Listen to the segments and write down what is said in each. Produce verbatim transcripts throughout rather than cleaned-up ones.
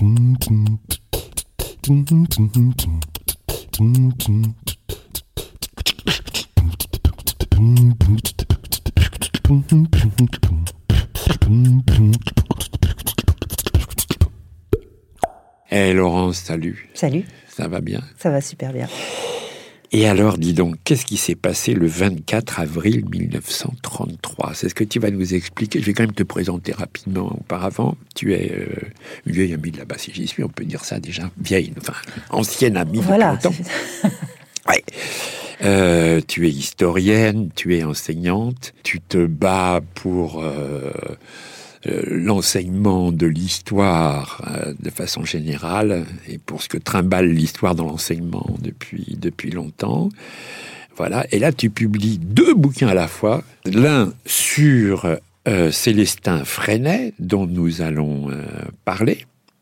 Eh Laurence, salut. Salut. Ça va bien? Ça va super bien. Et alors, dis donc, qu'est-ce qui s'est passé le vingt-quatre avril mille neuf cent trente-trois? C'est ce que tu vas nous expliquer. Je vais quand même te présenter rapidement auparavant. Tu es euh, une vieille amie de là-bas, si j'y suis, on peut dire ça déjà. Vieille, enfin, ancienne amie voilà, depuis longtemps. Ouais. Euh, tu es historienne, tu es enseignante, tu te bats pour euh, euh, l'enseignement de l'histoire euh, de façon générale et pour ce que trimballe l'histoire dans l'enseignement depuis, depuis longtemps. Voilà. Et là, tu publies deux bouquins à la fois. L'un sur euh, Célestin Freinet, dont nous allons euh, parler,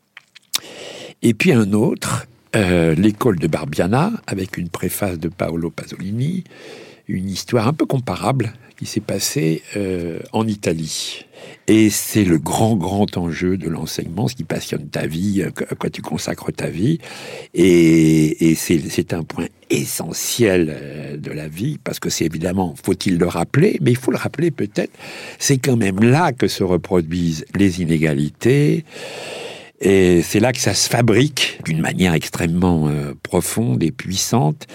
et puis un autre, Euh, l'école de Barbiana, avec une préface de Paolo Pasolini, une histoire un peu comparable qui s'est passée euh, en Italie. Et c'est le grand, grand enjeu de l'enseignement, ce qui passionne ta vie, à quoi tu consacres ta vie. Et, et c'est, c'est un point essentiel de la vie, parce que c'est évidemment, faut-il le rappeler, mais il faut le rappeler peut-être, c'est quand même là que se reproduisent les inégalités. Et c'est là que ça se fabrique d'une manière extrêmement euh, profonde et puissante.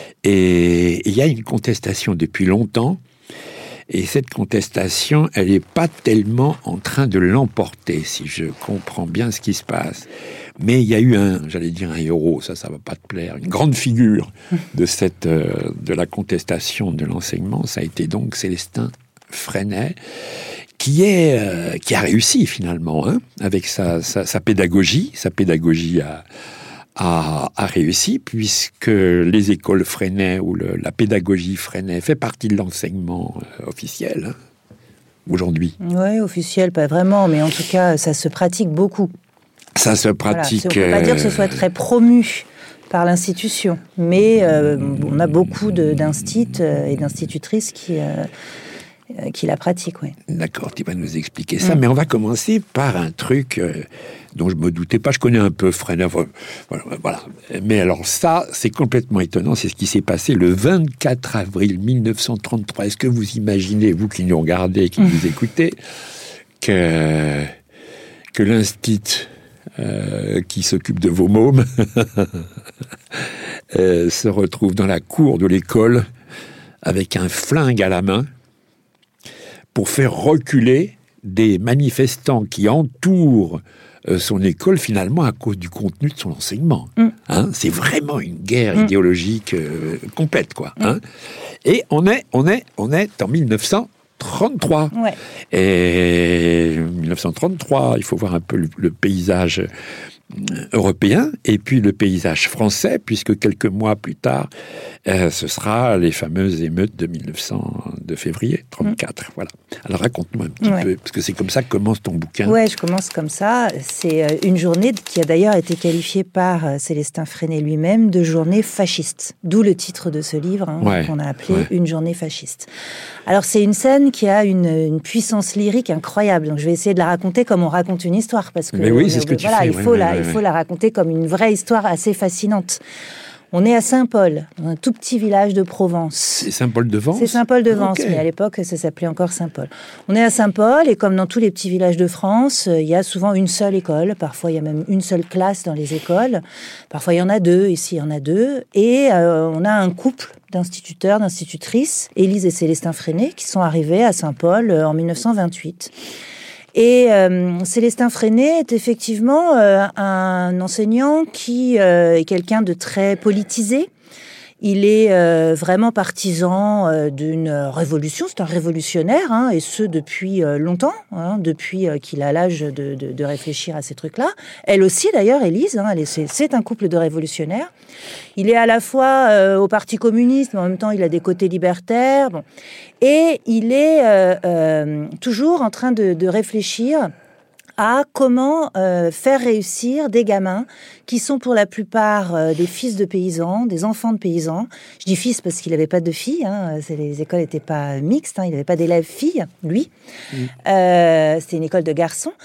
Et il y a une contestation depuis longtemps. Et cette contestation, elle n'est pas tellement en train de l'emporter, si je comprends bien ce qui se passe. Mais il y a eu un, j'allais dire un héros, ça, ça va pas te plaire, une grande figure de cette, euh, de la contestation de l'enseignement. Ça a été donc Célestin Freinet, qui est euh, qui a réussi finalement hein, avec sa, sa, sa pédagogie. Sa pédagogie a, a, a réussi, puisque les écoles Freinet ou le, la pédagogie Freinet fait partie de l'enseignement euh, officiel hein, aujourd'hui. Oui, officiel, pas vraiment, mais en tout cas, ça se pratique beaucoup. Ça se pratique... Voilà, on ne peut pas dire que ce soit très promu par l'institution, mais euh, on a beaucoup de, d'instits et d'institutrices qui... Euh, qui la pratique, oui. D'accord, tu vas nous expliquer ça, mmh. mais on va commencer par un truc euh, dont je me doutais pas. Je connais un peu Freinet, voilà, voilà. Mais alors ça, c'est complètement étonnant. C'est ce qui s'est passé le vingt-quatre avril mille neuf cent trente-trois. Est-ce que vous imaginez, vous qui nous regardez, qui mmh. nous écoutez, que que l'instit euh, qui s'occupe de vos mômes euh, se retrouve dans la cour de l'école avec un flingue à la main, pour faire reculer des manifestants qui entourent euh, son école, finalement, à cause du contenu de son enseignement. Mm. Hein, c'est vraiment une guerre mm. idéologique euh, complète, quoi. Mm. Hein. Et on est, on est, on est en mille neuf cent trente-trois. Ouais. Et mille neuf cent trente-trois, il faut voir un peu le, le paysage européen et puis le paysage français, puisque quelques mois plus tard, euh, ce sera les fameuses émeutes de mille neuf cents, de février trente-quatre. Mmh. Voilà. Alors raconte-moi un petit ouais. peu, parce que c'est comme ça que commence ton bouquin. Ouais, je commence comme ça. C'est une journée qui a d'ailleurs été qualifiée par Célestin Freinet lui-même de journée fasciste. D'où le titre de ce livre, hein, ouais. qu'on a appelé ouais. Une journée fasciste. Alors c'est une scène qui a une, une puissance lyrique incroyable. Donc je vais essayer de la raconter comme on raconte une histoire, parce que mais oui, c'est ce que tu voilà, fais. Il ouais, faut ouais, la, ouais, il faut ouais. la raconter comme une vraie histoire assez fascinante. On est à Saint-Paul, dans un tout petit village de Provence. C'est Saint-Paul-de-Vence ? C'est Saint-Paul-de-Vence, okay. mais à l'époque, ça s'appelait encore Saint-Paul. On est à Saint-Paul, et comme dans tous les petits villages de France, il y a souvent une seule école. Parfois, il y a même une seule classe dans les écoles. Parfois, il y en a deux. Ici, il y en a deux. Et euh, on a un couple d'instituteurs, d'institutrices, Élise et Célestin Freinet, qui sont arrivés à Saint-Paul en mille neuf cent vingt-huit. Et euh, Célestin Freinet est effectivement euh, un enseignant qui euh, est quelqu'un de très politisé. Il est euh, vraiment partisan euh, d'une révolution, c'est un révolutionnaire, hein, et ce depuis euh, longtemps, hein, depuis euh, qu'il a l'âge de, de, de réfléchir à ces trucs-là. Elle aussi d'ailleurs, Élise, hein, elle est, c'est, c'est un couple de révolutionnaires. Il est à la fois euh, au Parti communiste, mais en même temps il a des côtés libertaires. Bon. Et il est euh, euh, toujours en train de, de réfléchir à comment euh, faire réussir des gamins qui sont pour la plupart euh, des fils de paysans, des enfants de paysans. Je dis fils parce qu'il n'avait pas de filles, hein. C'est, les écoles n'étaient pas mixtes, hein. Il n'avait pas d'élèves filles, lui. Mmh. Euh, c'était une école de garçons.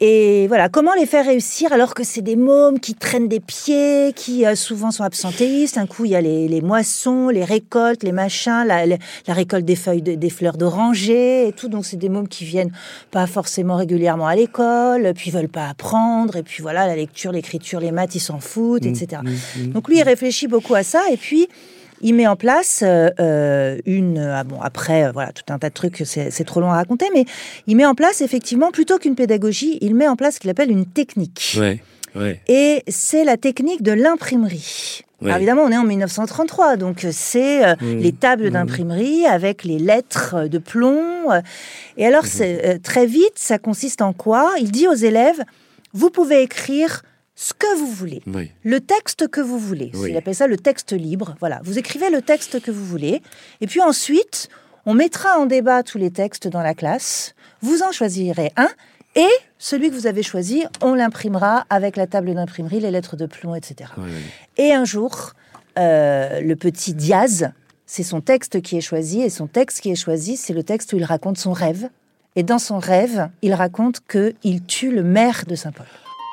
Et voilà, comment les faire réussir alors que c'est des mômes qui traînent des pieds, qui euh, souvent sont absentéistes. Un coup, il y a les, les moissons, les récoltes, les machins, la, la, la récolte des feuilles, de, des fleurs d'oranger et tout. Donc, c'est des mômes qui viennent pas forcément régulièrement à l'école, puis ils veulent pas apprendre. Et puis voilà, la lecture, l'écriture, les maths, ils s'en foutent, et cetera. Mmh, mmh, Donc, lui, il réfléchit beaucoup à ça. Et puis, il met en place euh, une... Ah bon, après, euh, voilà, tout un tas de trucs, c'est, c'est trop long à raconter, mais il met en place, effectivement, plutôt qu'une pédagogie, il met en place ce qu'il appelle une technique. Ouais, ouais. Et c'est la technique de l'imprimerie. Ouais. Alors évidemment, on est en dix-neuf cent trente-trois, donc c'est euh, mmh. les tables mmh. d'imprimerie avec les lettres de plomb. Et alors, mmh. c'est, euh, très vite, ça consiste en quoi ? Il dit aux élèves, vous pouvez écrire ce que vous voulez, oui. le texte que vous voulez. Oui. Il appelle ça le texte libre. Voilà, vous écrivez le texte que vous voulez. Et puis ensuite, on mettra en débat tous les textes dans la classe. Vous en choisirez un. Et celui que vous avez choisi, on l'imprimera avec la table d'imprimerie, les lettres de plomb, et cetera. Oui. Et un jour, euh, le petit Diaz, c'est son texte qui est choisi. Et son texte qui est choisi, c'est le texte où il raconte son rêve. Et dans son rêve, il raconte qu'il tue le maire de Saint-Paul.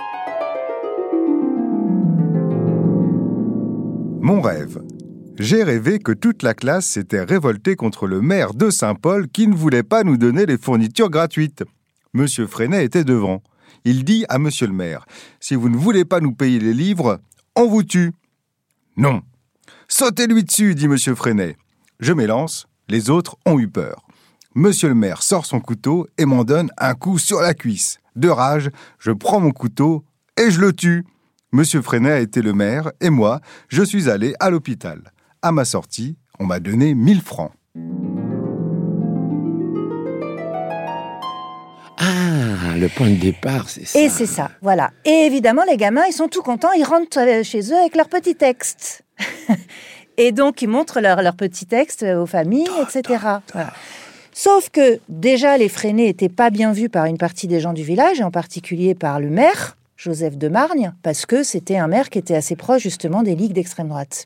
Mon rêve. J'ai rêvé que toute la classe s'était révoltée contre le maire de Saint-Paul qui ne voulait pas nous donner les fournitures gratuites. Monsieur Freinet était devant. Il dit à monsieur le maire, « Si vous ne voulez pas nous payer les livres, on vous tue. » « Non. »« Sautez-lui dessus, dit monsieur Freinet. » Je m'élance, les autres ont eu peur. Monsieur le maire sort son couteau et m'en donne un coup sur la cuisse. De rage, je prends mon couteau et je le tue. Monsieur Freinet a été le maire, et moi, je suis allé à l'hôpital. À ma sortie, on m'a donné mille francs. Ah, le point de départ, c'est ça. Et c'est ça, voilà. Et évidemment, les gamins, ils sont tout contents, ils rentrent chez eux avec leur petit texte. Et donc, ils montrent leur, leur petit texte aux familles, et cetera. Voilà. Sauf que, déjà, les Freinet n'étaient pas bien vus par une partie des gens du village, et en particulier par le maire, Joseph de Margne, parce que c'était un maire qui était assez proche justement des ligues d'extrême droite.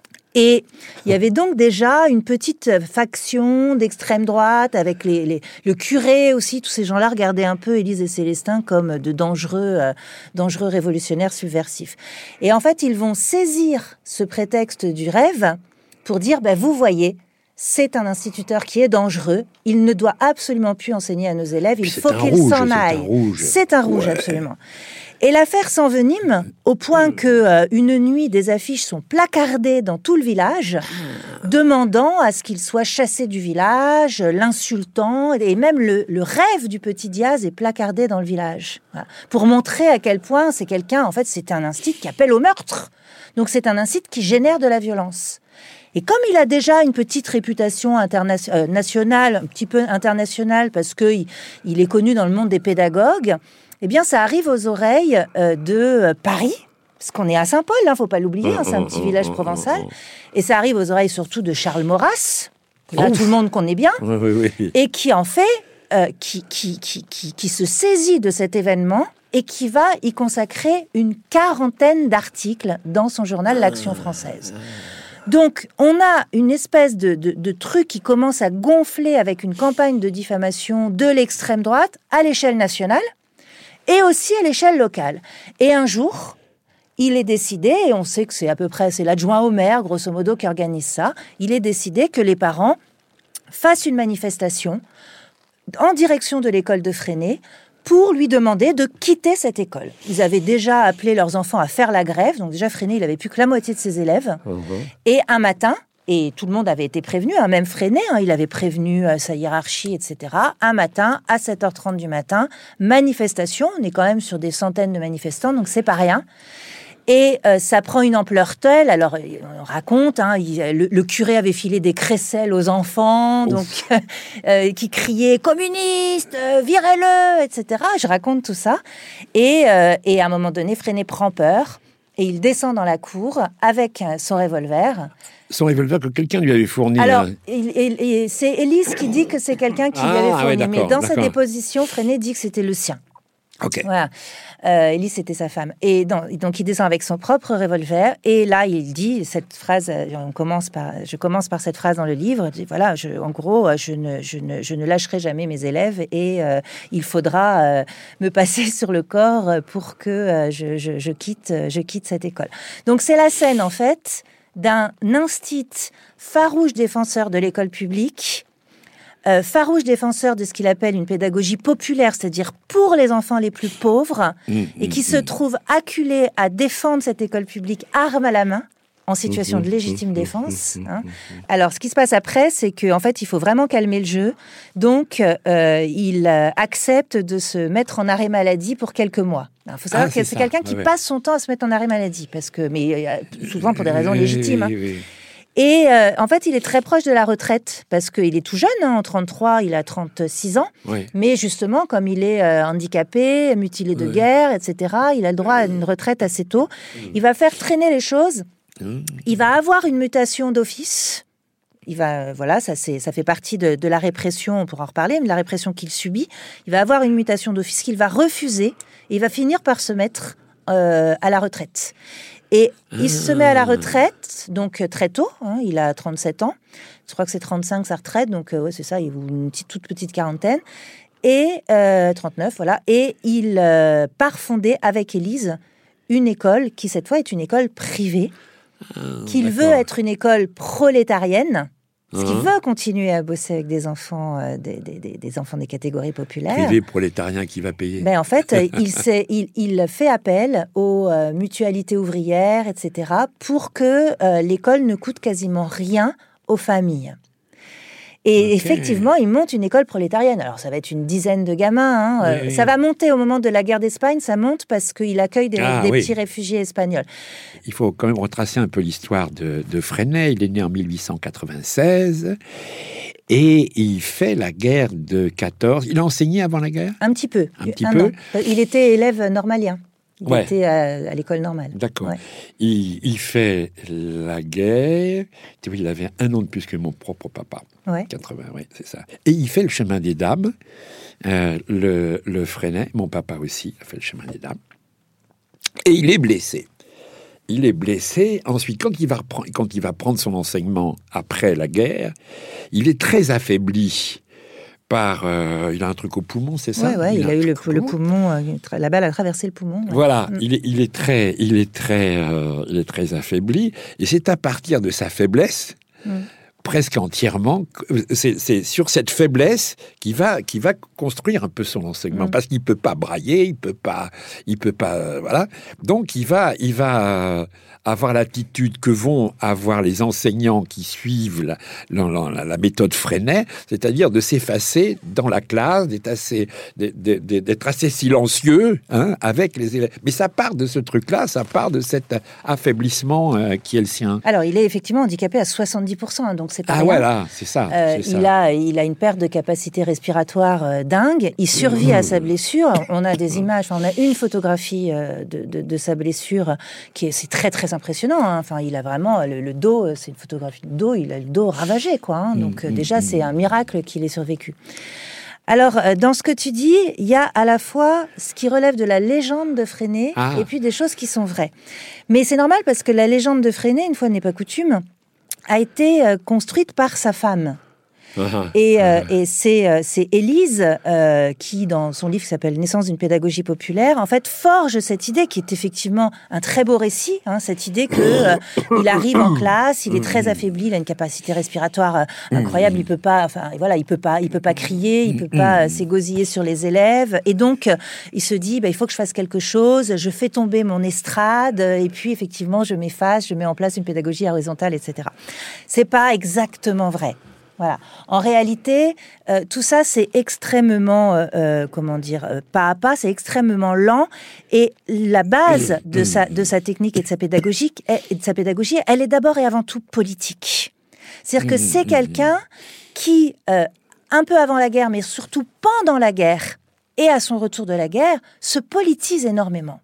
Et il y avait donc déjà une petite faction d'extrême droite avec les, les, le curé aussi. Tous ces gens-là regardaient un peu Élise et Célestin comme de dangereux, euh, dangereux révolutionnaires subversifs. Et en fait, ils vont saisir ce prétexte du rêve pour dire, ben, vous voyez, c'est un instituteur qui est dangereux. Il ne doit absolument plus enseigner à nos élèves. Il faut qu'il rouge, s'en aille. C'est un rouge, c'est un rouge ouais. absolument. Et l'affaire s'envenime au point que euh, une nuit, des affiches sont placardées dans tout le village, demandant à ce qu'il soit chassé du village, l'insultant, et même le, le rêve du petit Diaz est placardé dans le village. Voilà. Pour montrer à quel point c'est quelqu'un, en fait, c'est un institut qui appelle au meurtre. Donc c'est un institut qui génère de la violence. Et comme il a déjà une petite réputation interna- euh, nationale, un petit peu internationale, parce qu'il il est connu dans le monde des pédagogues, eh bien, ça arrive aux oreilles euh, de euh, Paris, parce qu'on est à Saint-Paul, il hein, ne faut pas l'oublier, hein, c'est un petit village provençal, et ça arrive aux oreilles surtout de Charles Maurras, que là, tout le monde connaît bien, oui, oui, oui. et qui en fait, euh, qui, qui, qui, qui, qui se saisit de cet événement et qui va y consacrer une quarantaine d'articles dans son journal L'Action française. Donc, on a une espèce de, de, de truc qui commence à gonfler avec une campagne de diffamation de l'extrême droite à l'échelle nationale et aussi à l'échelle locale. Et un jour, il est décidé, et on sait que c'est à peu près, c'est l'adjoint au maire, grosso modo, qui organise ça, il est décidé que les parents fassent une manifestation en direction de l'école de Freinet pour lui demander de quitter cette école. Ils avaient déjà appelé leurs enfants à faire la grève, donc déjà Freinet, il n'avait plus que la moitié de ses élèves. Mmh. Et un matin, et tout le monde avait été prévenu, hein, même Freinet, hein, il avait prévenu euh, sa hiérarchie, et cetera. Un matin, à sept heures trente du matin, manifestation, on est quand même sur des centaines de manifestants, donc c'est pas rien. Et euh, ça prend une ampleur telle, alors on raconte, hein, il, le, le curé avait filé des crécelles aux enfants, donc euh, qui criaient « communiste, euh, virez-le », et cetera. Je raconte tout ça. Et, euh, et à un moment donné, Freinet prend peur et il descend dans la cour avec son revolver. Son revolver que quelqu'un lui avait fourni. Alors, là. il, il, il, c'est Élise qui dit que c'est quelqu'un qui ah, lui avait fourni, ouais, mais dans d'accord. sa déposition, Freinet dit que c'était le sien. Ok. Voilà. Euh, Élise, c'était sa femme. Et donc, donc, il descend avec son propre revolver. Et là, il dit cette phrase. On commence par, je commence par cette phrase dans le livre. Je dis, voilà, je, en gros, je ne, je, ne, je ne lâcherai jamais mes élèves et euh, il faudra euh, me passer sur le corps pour que euh, je, je, je, quitte, je quitte cette école. Donc, c'est la scène, en fait, d'un instit farouche défenseur de l'école publique. Euh, farouche défenseur de ce qu'il appelle une pédagogie populaire, c'est-à-dire pour les enfants les plus pauvres, mmh, et qui mmh, se trouve acculé à défendre cette école publique arme à la main, en situation mmh, de légitime mmh, défense. Hein. Alors, ce qui se passe après, c'est qu'en fait, il faut vraiment calmer le jeu. Donc, euh, il euh, accepte de se mettre en arrêt maladie pour quelques mois. Il faut savoir ah, que c'est, c'est quelqu'un qui ouais, passe son temps à se mettre en arrêt maladie, parce que, mais euh, souvent pour des raisons oui, légitimes. Oui, oui, oui. Et euh, en fait, il est très proche de la retraite parce qu'il est tout jeune, hein, en trente-trois, il a trente-six ans. Oui. Mais justement, comme il est euh, handicapé, mutilé de oui. guerre, et cetera, il a le droit à une retraite assez tôt. Il va faire traîner les choses. Il va avoir une mutation d'office. Il va, voilà, ça, c'est, ça fait partie de, de la répression, on pourra en reparler, mais de la répression qu'il subit. Il va avoir une mutation d'office qu'il va refuser et il va finir par se mettre euh, à la retraite. Et il se met à la retraite, donc très tôt, hein, il a trente-sept ans, je crois que c'est trente-cinq sa retraite, donc euh, ouais, c'est ça, il a une petite, toute petite quarantaine, et euh, trente-neuf, voilà, et il euh, part fonder avec Élise une école qui cette fois est une école privée, ah, qu'il d'accord. veut être une école prolétarienne, parce qu'il veut continuer à bosser avec des enfants, euh, des, des, des enfants des catégories populaires. Privé prolétarien qui va payer. Ben, en fait, il, il, il fait appel aux euh, mutualités ouvrières, et cetera, pour que euh, l'école ne coûte quasiment rien aux familles. Et okay. effectivement, il monte une école prolétarienne. Alors, ça va être une dizaine de gamins. Hein. Oui, ça oui. va monter au moment de la guerre d'Espagne. Ça monte parce qu'il accueille des, ah, des oui. petits réfugiés espagnols. Il faut quand même retracer un peu l'histoire de, de Freinet. Il est né en dix-huit cent quatre-vingt-seize et il fait la guerre de quatorze. Il a enseigné avant la guerre ? Un petit peu. Un petit un peu. An. Il était élève normalien. Il ouais. était à, à l'école normale. D'accord. Ouais. Il, il fait la guerre. Il avait un an de plus que mon propre papa. Ouais. quatre-vingts, oui, c'est ça. Et il fait le chemin des dames. Euh, le, le Freinet, mon papa aussi, a fait le chemin des dames. Et il est blessé. Il est blessé. Ensuite, quand il va, reprendre, quand il va prendre son enseignement après la guerre, il est très affaibli. Par, euh, il a un truc au poumon, c'est ça ? Oui, ouais, il, il a, a eu le, le poumon, euh, la balle a traversé le poumon. Ouais. Voilà, mm. il, est, il est très, il est très, euh, il est très affaibli, et c'est à partir de sa faiblesse, mm. presque entièrement, c'est, c'est sur cette faiblesse qu'il va, qu'il va construire un peu son enseignement, mm. parce qu'il peut pas brailler, il peut pas, il peut pas, euh, voilà. Donc il va, il va. Euh, avoir l'attitude que vont avoir les enseignants qui suivent la, la, la, la méthode Freinet, c'est-à-dire de s'effacer dans la classe, d'être assez, d'être assez silencieux hein, avec les élèves. Mais ça part de ce truc-là, ça part de cet affaiblissement euh, qui est le sien. Alors, il est effectivement handicapé à soixante-dix pour cent, hein, donc c'est pas ah, rien. voilà, c'est ça. Euh, c'est il, ça. A, il a une perte de capacité respiratoire euh, dingue, il survit mmh. à sa blessure. On a des images, on a une photographie euh, de, de, de sa blessure qui est, c'est très, très impressionnant. Hein. Enfin, il a vraiment le, le dos, c'est une photographie de dos, il a le dos ravagé, quoi. Hein. Donc mmh, déjà, mmh. c'est un miracle qu'il ait survécu. Alors, dans ce que tu dis, il y a à la fois ce qui relève de la légende de Freinet ah. et puis des choses qui sont vraies. Mais c'est normal parce que la légende de Freinet, une fois n'est pas coutume, a été construite par sa femme. Uh-huh. Et, euh, uh-huh. et c'est, euh, c'est Élise euh, qui, dans son livre qui s'appelle « Naissance d'une pédagogie populaire », en fait, forge cette idée qui est effectivement un très beau récit, hein, cette idée qu'il euh, arrive en classe, il est très affaibli, il a une capacité respiratoire euh, incroyable, il peut pas, enfin voilà, il peut pas, il peut pas crier, il peut pas euh, s'égosiller sur les élèves, et donc euh, il se dit, bah, il faut que je fasse quelque chose, je fais tomber mon estrade, et puis effectivement, je m'efface, je mets en place une pédagogie horizontale, et cetera. C'est pas exactement vrai. Voilà. En réalité, euh, tout ça, c'est extrêmement, euh, euh, comment dire, euh, pas à pas, c'est extrêmement lent. Et la base de sa, de sa technique et de sa pédagogie, et de sa pédagogie, elle est d'abord et avant tout politique. C'est-à-dire que c'est quelqu'un qui, euh, un peu avant la guerre, mais surtout pendant la guerre et à son retour de la guerre, se politise énormément.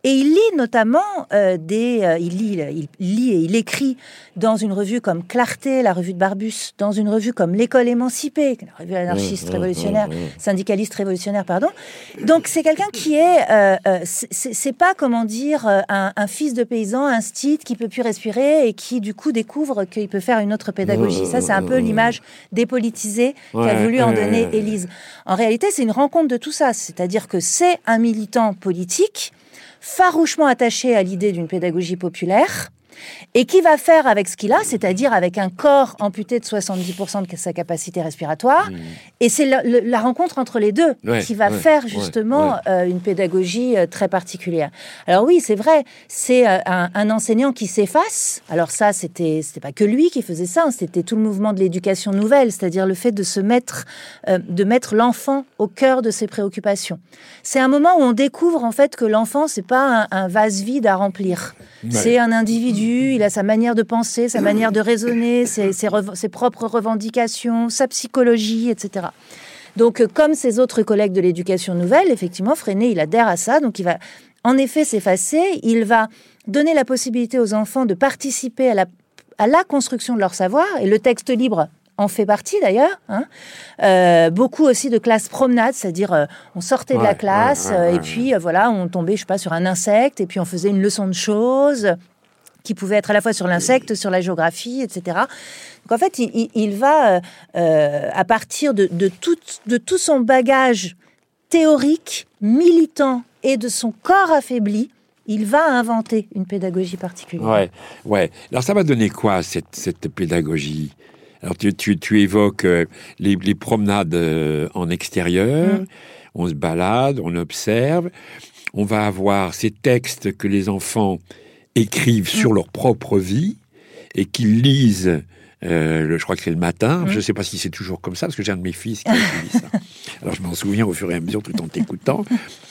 Et il lit notamment euh, des... Euh, il, lit, il lit et il écrit dans une revue comme Clarté, la revue de Barbus, dans une revue comme L'École émancipée, la revue anarchiste révolutionnaire, syndicaliste révolutionnaire, pardon. Donc c'est quelqu'un qui est... Euh, euh, c'est, c'est pas, comment dire, un, un fils de paysan, un stit qui peut plus respirer et qui, du coup, découvre qu'il peut faire une autre pédagogie. Ça, c'est un peu l'image dépolitisée ouais, qu'a voulu ouais, en donner ouais. Élise. En réalité, c'est une rencontre de tout ça. C'est-à-dire que c'est un militant politique farouchement attaché à l'idée d'une pédagogie populaire et qui va faire avec ce qu'il a, c'est-à-dire avec un corps amputé de soixante-dix pour cent de sa capacité respiratoire. Mmh. Et c'est la, la rencontre entre les deux ouais, qui va ouais, faire justement ouais, ouais. Euh, une pédagogie euh, très particulière. Alors oui, c'est vrai, c'est euh, un, un enseignant qui s'efface. Alors ça, c'était, c'était pas que lui qui faisait ça, c'était tout le mouvement de l'éducation nouvelle, c'est-à-dire le fait de se mettre, euh, de mettre l'enfant au cœur de ses préoccupations. C'est un moment où on découvre en fait que l'enfant, c'est pas un, un vase vide à remplir. Ouais. C'est un individu. Il a sa manière de penser, sa manière de raisonner, ses, ses, rev- ses propres revendications, sa psychologie, et cetera. Donc, comme ses autres collègues de l'éducation nouvelle, effectivement, Freinet, il adhère à ça. Donc, il va en effet s'effacer. Il va donner la possibilité aux enfants de participer à la, à la construction de leur savoir. Et le texte libre en fait partie d'ailleurs. Hein. Euh, beaucoup aussi de classes promenades, c'est-à-dire euh, on sortait ouais, de la classe ouais, ouais, euh, ouais, et puis euh, voilà, on tombait, je sais pas, sur un insecte et puis on faisait une leçon de choses qui pouvait être à la fois sur l'insecte, sur la géographie, et cetera. Donc en fait, il, il va, euh, à partir de, de, tout, de tout son bagage théorique, militant et de son corps affaibli, il va inventer une pédagogie particulière. Ouais, ouais. Alors ça va donner quoi, cette, cette pédagogie ? Alors tu, tu, tu évoques euh, les, les promenades euh, en extérieur, mmh. on se balade, on observe, on va avoir ces textes que les enfants écrivent mmh. sur leur propre vie et qu'ils lisent, euh, le, je crois que c'est le matin, mmh. je ne sais pas si c'est toujours comme ça, parce que j'ai un de mes fils qui a écrit ça. Alors je m'en souviens au fur et à mesure tout en t'écoutant.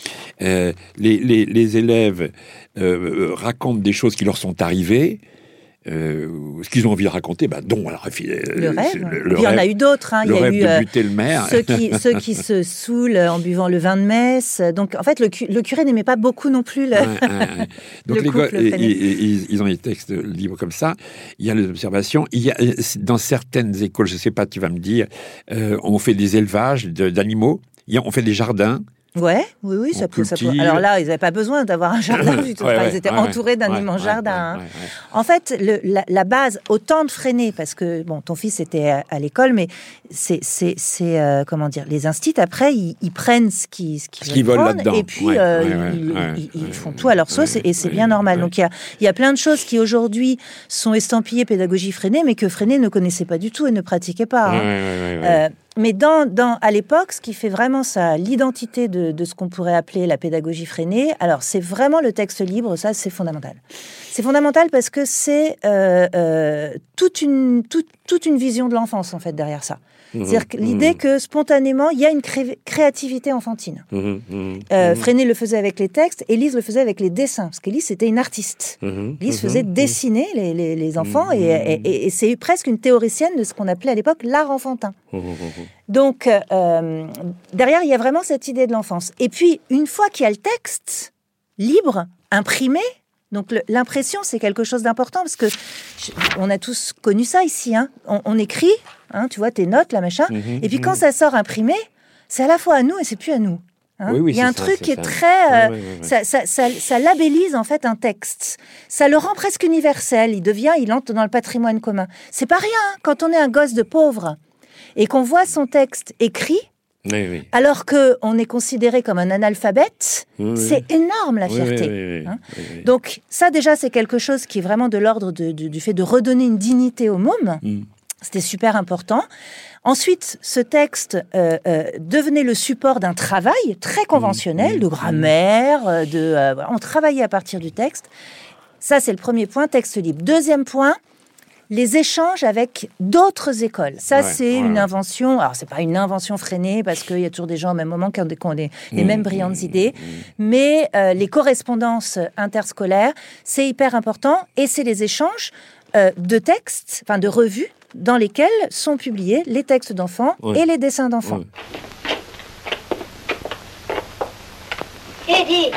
Euh, les, les, les élèves euh, racontent des choses qui leur sont arrivées, Euh, ce qu'ils ont envie de raconter, bah, dont alors, euh, le rêve. Le, le il y rêve, en a eu d'autres. Hein. Le il y a rêve eu de buter le maire. Ceux qui, ceux qui se saoulent en buvant le vin de messe. Donc, en fait, le, cu- le curé n'aimait pas beaucoup non plus le. Ouais, ouais, ouais. Donc, le les couple, gars, ils, ils ont des textes libres comme ça. Il y a les observations. Il y a, dans certaines écoles, je ne sais pas, tu vas me dire, euh, on fait des élevages de, d'animaux. Il y a, on fait des jardins. Ouais, oui, oui, ça peut, ça peut. Alors là, ils n'avaient pas besoin d'avoir un jardin du tout. ouais, enfin, ouais, ils étaient ouais, entourés d'un ouais, immense ouais, jardin. Ouais, hein. ouais, ouais. En fait, le, la, la base, autant de Freinet, parce que bon, ton fils était à, à l'école, mais c'est, c'est, c'est euh, comment dire, les instits après, ils, ils prennent ce qu'ils, ce qu'ils, ce qu'ils veulent prendre, là-dedans, et puis ouais, euh, ouais, ils, ouais, ils, ouais, ils, ils ouais, font tout à leur sauce, ouais, et c'est ouais, bien normal. Ouais. Donc il y a, il y a plein de choses qui aujourd'hui sont estampillées pédagogie Freinet, mais que Freinet ne connaissait pas du tout et ne pratiquait pas. Ouais, hein. ouais, ouais, ouais. Euh, Mais dans, dans, à l'époque, ce qui fait vraiment ça, l'identité de, de ce qu'on pourrait appeler la pédagogie Freinet, alors c'est vraiment le texte libre, ça c'est fondamental. C'est fondamental parce que c'est euh, euh, toute, une, toute, toute une vision de l'enfance en fait derrière ça. Mmh, C'est-à-dire que l'idée mmh. que spontanément, il y a une cré- créativité enfantine. Mmh, mmh, euh, Freinet le faisait avec les textes, Élise le faisait avec les dessins, parce qu'Élise c'était une artiste. Mmh, Élise mmh, faisait mmh. dessiner les, les, les enfants, mmh, et, et, et c'est presque une théoricienne de ce qu'on appelait à l'époque l'art enfantin. Mmh, Donc, euh, derrière, il y a vraiment cette idée de l'enfance. Et puis, une fois qu'il y a le texte libre, imprimé, donc le, l'impression, c'est quelque chose d'important, parce que je, on a tous connu ça ici. Hein. On, on écrit, hein, tu vois, tes notes, là, machin, mmh, et puis mmh. quand ça sort imprimé, c'est à la fois à nous et c'est plus à nous. Hein. Oui, oui, il y a un ça, truc qui est ça. très... Euh, oui, oui, oui. Ça, ça, ça, ça labellise, en fait, un texte. Ça le rend presque universel. Il devient, il entre dans le patrimoine commun. C'est pas rien, hein, quand on est un gosse de pauvre et qu'on voit son texte écrit, oui, oui. alors qu'on est considéré comme un analphabète, oui, c'est oui. énorme la fierté. Oui, oui, oui, hein oui, oui. Donc ça déjà c'est quelque chose qui est vraiment de l'ordre de, de, du fait de redonner une dignité au môme. Mm. C'était super important. Ensuite, ce texte euh, euh, devenait le support d'un travail très conventionnel, mmh, de grammaire, de, euh, on travaillait à partir du texte. Ça, c'est le premier point, texte libre. Deuxième point, les échanges avec d'autres écoles. Ça, ouais, c'est ouais. une invention. Alors, c'est pas une invention Freinet, parce qu'il y a toujours des gens au même moment qui ont, des, qui ont des, les mmh, mêmes brillantes mmh, idées. Mmh. Mais euh, les correspondances interscolaires, c'est hyper important. Et c'est les échanges euh, de textes, enfin de revues, dans lesquels sont publiés les textes d'enfants oui. et les dessins d'enfants. Oui. Eddie,